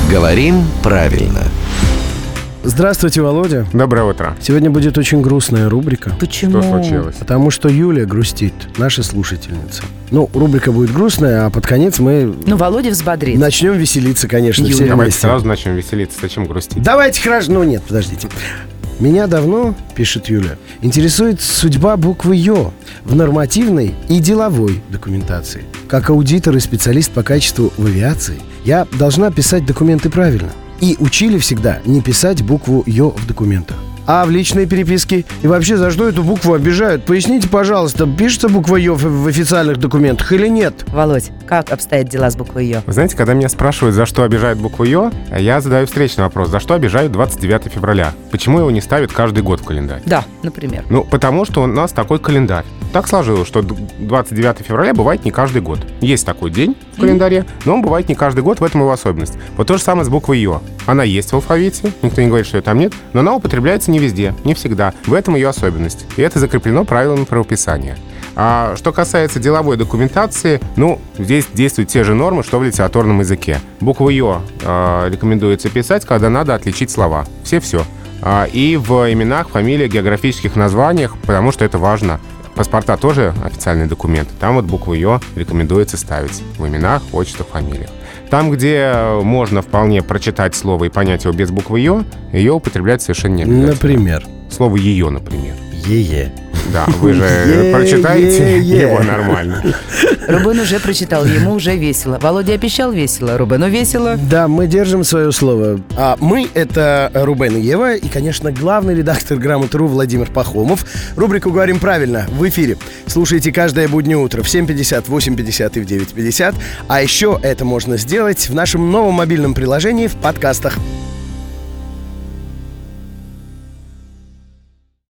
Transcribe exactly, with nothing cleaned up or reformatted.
Говорим правильно. Здравствуйте, Володя. Доброе утро. Сегодня будет очень грустная рубрика. Почему? Что случилось? Потому что Юля грустит, наша слушательница. Ну, рубрика будет грустная, а под конец мы Ну, Володя взбодрит. начнем веселиться, конечно, Юля. все Давайте вместе. сразу начнем веселиться. Зачем грустить? Давайте хорошо. Ну нет, подождите. Меня давно, пишет Юля, интересует судьба буквы Ё в нормативной и деловой документации. Как аудитор и специалист по качеству в авиации, я должна писать документы правильно. И учили всегда не писать букву Ё в документах. А в личной переписке? И вообще, за что эту букву обижают? Поясните, пожалуйста, пишется буква Ё в, в официальных документах или нет? Володь, как обстоят дела с буквой Ё? Вы знаете, когда меня спрашивают, за что обижают букву Ё, я задаю встречный вопрос. За что обижают двадцать девятого февраля? Почему его не ставят каждый год в календарь? Да, например. Ну, потому что у нас такой календарь. Так сложилось, что двадцать девятого февраля бывает не каждый год. Есть такой день в календаре, но он бывает не каждый год, в этом его особенность. Вот то же самое с буквой Ё. Она есть в алфавите, никто не говорит, что ее там нет, но она употребляется не везде, не всегда. В этом ее особенность. И это закреплено правилами правописания. А что касается деловой документации, ну, здесь действуют те же нормы, что в литературном языке. Букву Ё э, рекомендуется писать, когда надо отличить слова. Все-все. А, и в именах, фамилиях, географических названиях, потому что это важно. Паспорта тоже официальный документ. Там вот букву Ё рекомендуется ставить в именах, отчествах, фамилиях. Там, где можно вполне прочитать слово и понять его без буквы Ё, ее употреблять совершенно не обязательно. Например. Слово «ее», например. Е-е. Да, вы же прочитаете его нормально. Рубен уже прочитал, ему уже весело. Володя обещал весело, Рубену весело. Да, мы держим свое слово. А мы — это Рубен и Ева, и, конечно, главный редактор «Грамоты.ру» Владимир Пахомов. Рубрику «Говорим правильно» в эфире. Слушайте каждое буднее утро в семь пятьдесят, восемь пятьдесят и в девять пятьдесят. А еще это можно сделать в нашем новом мобильном приложении в подкастах.